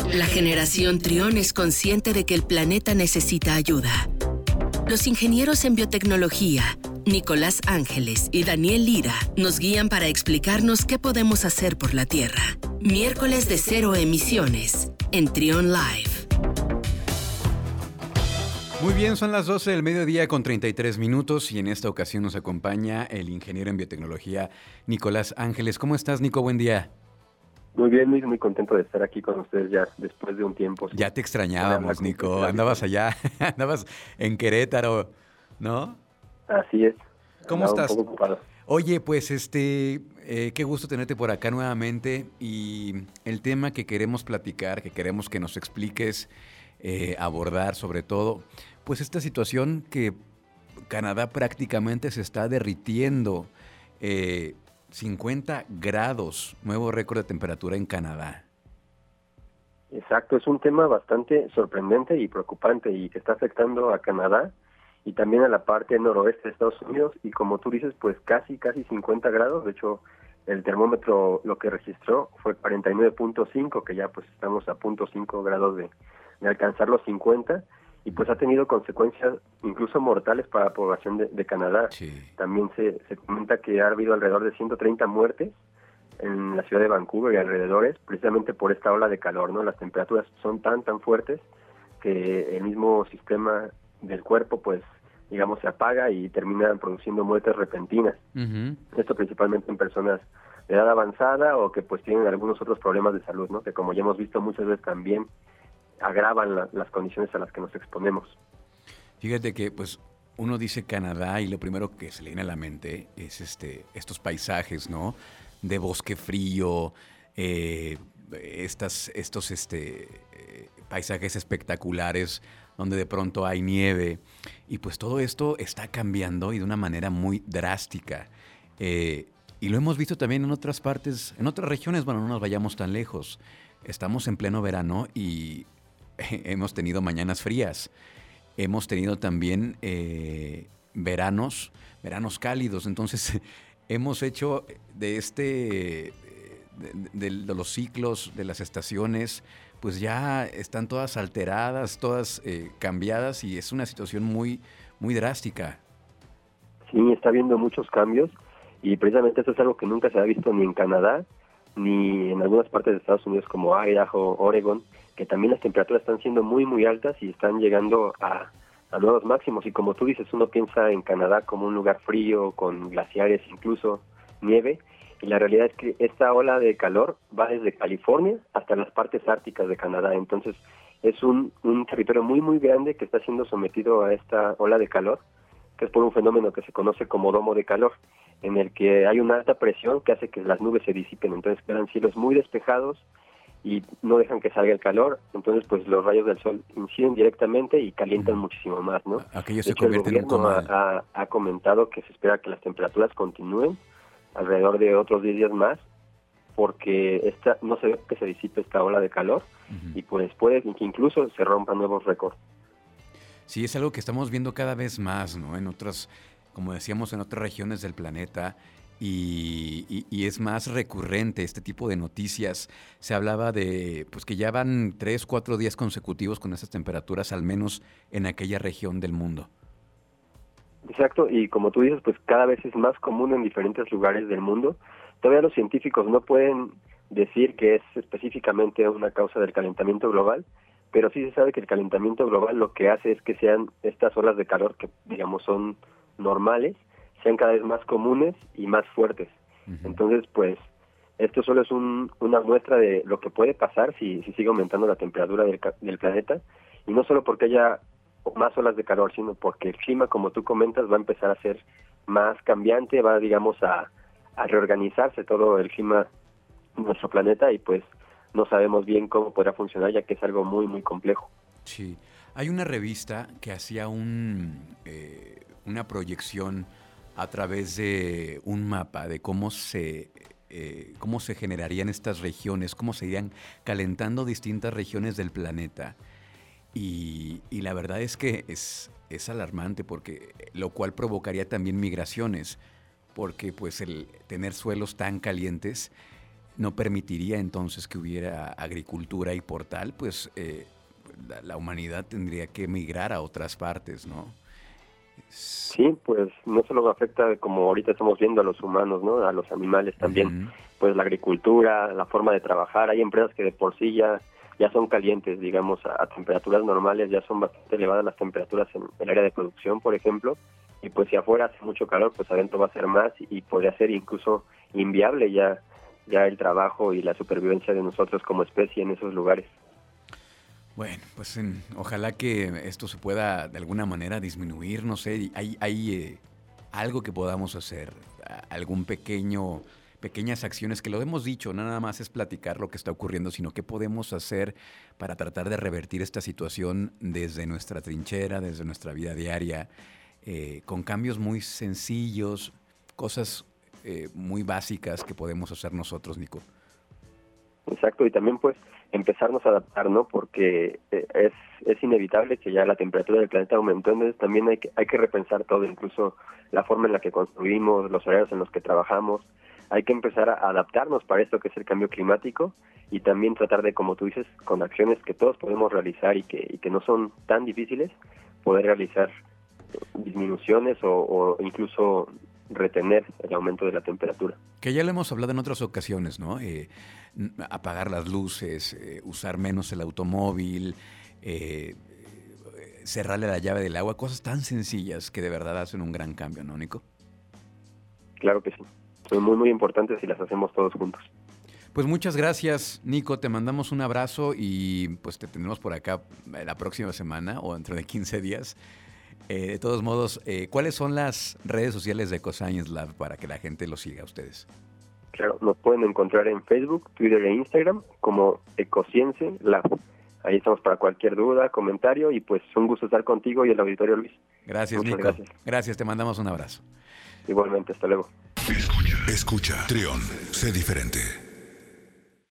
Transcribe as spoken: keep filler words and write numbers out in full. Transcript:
La generación Trión es consciente de que el planeta necesita ayuda. Los ingenieros en biotecnología, Nicolás Ángeles y Daniel Lira, nos guían para explicarnos qué podemos hacer por la Tierra. Miércoles de cero emisiones, en Trión Live. Muy bien, son las doce del mediodía con treinta y tres minutos y en esta ocasión nos acompaña el ingeniero en biotecnología Nicolás Ángeles. ¿Cómo estás, Nico? Buen día. Muy bien, muy, muy contento de estar aquí con ustedes ya después de un tiempo. Ya te extrañábamos, Nico. Andabas allá, andabas en Querétaro, ¿no? Así es. ¿Cómo Andaba estás? Un poco ocupado. Oye, pues este, eh, qué gusto tenerte por acá nuevamente y el tema que queremos platicar, que queremos que nos expliques, eh, abordar sobre todo, pues esta situación que Canadá prácticamente se está derritiendo. Eh, cincuenta grados, nuevo récord de temperatura en Canadá. Exacto, es un tema bastante sorprendente y preocupante y que está afectando a Canadá y también a la parte noroeste de Estados Unidos y como tú dices, pues casi, casi cincuenta grados. De hecho, el termómetro lo que registró fue cuarenta y nueve punto cinco, que ya pues estamos a punto cinco grados de, de alcanzar los cincuenta. Y pues ha tenido consecuencias incluso mortales para la población de, de Canadá. Sí. También se, se comenta que ha habido alrededor de ciento treinta muertes en la ciudad de Vancouver y alrededores, precisamente por esta ola de calor, ¿no? Las temperaturas son tan, tan fuertes que el mismo sistema del cuerpo, pues, digamos, se apaga y termina produciendo muertes repentinas. Uh-huh. Esto principalmente en personas de edad avanzada o que pues tienen algunos otros problemas de salud, ¿no? Que como ya hemos visto muchas veces también agravan la, las condiciones a las que nos exponemos. Fíjate que pues uno dice Canadá y lo primero que se le viene a la mente es este estos paisajes, ¿no? De bosque frío, eh, estas, estos este, eh, paisajes espectaculares donde de pronto hay nieve y pues todo esto está cambiando y de una manera muy drástica. Eh, y lo hemos visto también en otras partes, en otras regiones, bueno, no nos vayamos tan lejos. Estamos en pleno verano y hemos tenido mañanas frías, hemos tenido también eh, veranos, veranos cálidos, entonces hemos hecho de este, de, de, de los ciclos, de las estaciones, pues ya están todas alteradas, todas eh, cambiadas y es una situación muy, muy drástica. Sí, está habiendo muchos cambios y precisamente eso es algo que nunca se ha visto ni en Canadá ni en algunas partes de Estados Unidos como Idaho, Oregon, que también las temperaturas están siendo muy, muy altas y están llegando a, a nuevos máximos. Y como tú dices, uno piensa en Canadá como un lugar frío, con glaciares, incluso nieve, y la realidad es que esta ola de calor va desde California hasta las partes árticas de Canadá. Entonces, es un, un territorio muy, muy grande que está siendo sometido a esta ola de calor, que es por un fenómeno que se conoce como domo de calor, en el que hay una alta presión que hace que las nubes se disipen, entonces quedan cielos muy despejados y no dejan que salga el calor, entonces pues los rayos del sol inciden directamente y calientan mm. muchísimo más, ¿no? Aquello se convierte en un comal. Ha, ha comentado que se espera que las temperaturas continúen alrededor de otros diez días más, porque esta no se ve que se disipe esta ola de calor uh-huh. y pues puede que incluso se rompan nuevos récords. Sí, es algo que estamos viendo cada vez más, ¿no? En otras, como decíamos, en otras regiones del planeta y, y, y es más recurrente este tipo de noticias. Se hablaba de, pues que ya van tres, cuatro días consecutivos con esas temperaturas, al menos en aquella región del mundo. Exacto, y como tú dices, pues cada vez es más común en diferentes lugares del mundo. Todavía los científicos no pueden decir que es específicamente una causa del calentamiento global, pero sí se sabe que el calentamiento global lo que hace es que sean estas olas de calor que, digamos, son normales, sean cada vez más comunes y más fuertes. Uh-huh. Entonces, pues, esto solo es un, una muestra de lo que puede pasar si, si sigue aumentando la temperatura del, del planeta, y no solo porque haya más olas de calor, sino porque el clima, como tú comentas, va a empezar a ser más cambiante, va, digamos, a, a reorganizarse todo el clima en nuestro planeta y, pues, no sabemos bien cómo podrá funcionar, ya que es algo muy, muy complejo. Sí. Hay una revista que hacía un, eh, una proyección a través de un mapa de cómo se, eh, cómo se generarían estas regiones, cómo se irían calentando distintas regiones del planeta. Y, y la verdad es que es, es alarmante, porque lo cual provocaría también migraciones, porque pues el tener suelos tan calientes no permitiría entonces que hubiera agricultura y por tal, pues eh, la, la humanidad tendría que migrar a otras partes, ¿no? Sí, pues no solo afecta, como ahorita estamos viendo, a los humanos, ¿no? A los animales también, uh-huh. Pues la agricultura, la forma de trabajar. Hay empresas que de por sí ya, ya son calientes, digamos, a, a temperaturas normales, ya son bastante elevadas las temperaturas en el área de producción, por ejemplo, y pues si afuera hace mucho calor, pues adentro va a ser más y podría ser incluso inviable ya, ya el trabajo y la supervivencia de nosotros como especie en esos lugares. Bueno, pues en, ojalá que esto se pueda de alguna manera disminuir, no sé, hay, hay eh, algo que podamos hacer, algún pequeño, pequeñas acciones que lo hemos dicho, no nada más es platicar lo que está ocurriendo, sino qué podemos hacer para tratar de revertir esta situación desde nuestra trinchera, desde nuestra vida diaria, eh, con cambios muy sencillos, cosas eh, muy básicas que podemos hacer nosotros, Nico. Exacto, y también pues empezarnos a adaptar, ¿no? Porque es es inevitable que ya la temperatura del planeta aumentó, entonces también hay que hay que repensar todo, incluso la forma en la que construimos, los horarios en los que trabajamos. Hay que empezar a adaptarnos para esto que es el cambio climático y también tratar de, como tú dices, con acciones que todos podemos realizar y que y que no son tan difíciles, poder realizar disminuciones o, o incluso retener el aumento de la temperatura. Que ya lo hemos hablado en otras ocasiones, ¿no? Eh, apagar las luces, eh, usar menos el automóvil, eh, cerrarle la llave del agua, cosas tan sencillas que de verdad hacen un gran cambio, ¿no, Nico? Claro que sí. Son muy, muy importantes y las hacemos todos juntos. Pues muchas gracias, Nico. Te mandamos un abrazo y pues te tendremos por acá la próxima semana o dentro de quince días. Eh, de todos modos, eh, ¿cuáles son las redes sociales de EcoScience Lab para que la gente lo siga a ustedes? Claro, nos pueden encontrar en Facebook, Twitter e Instagram como EcoScience Lab. Ahí estamos para cualquier duda, comentario y pues un gusto estar contigo y el auditorio, Luis. Gracias, Muchas Nico. Gracias. gracias, te mandamos un abrazo. Igualmente, hasta luego. Escucha, escucha, Trión, sé diferente.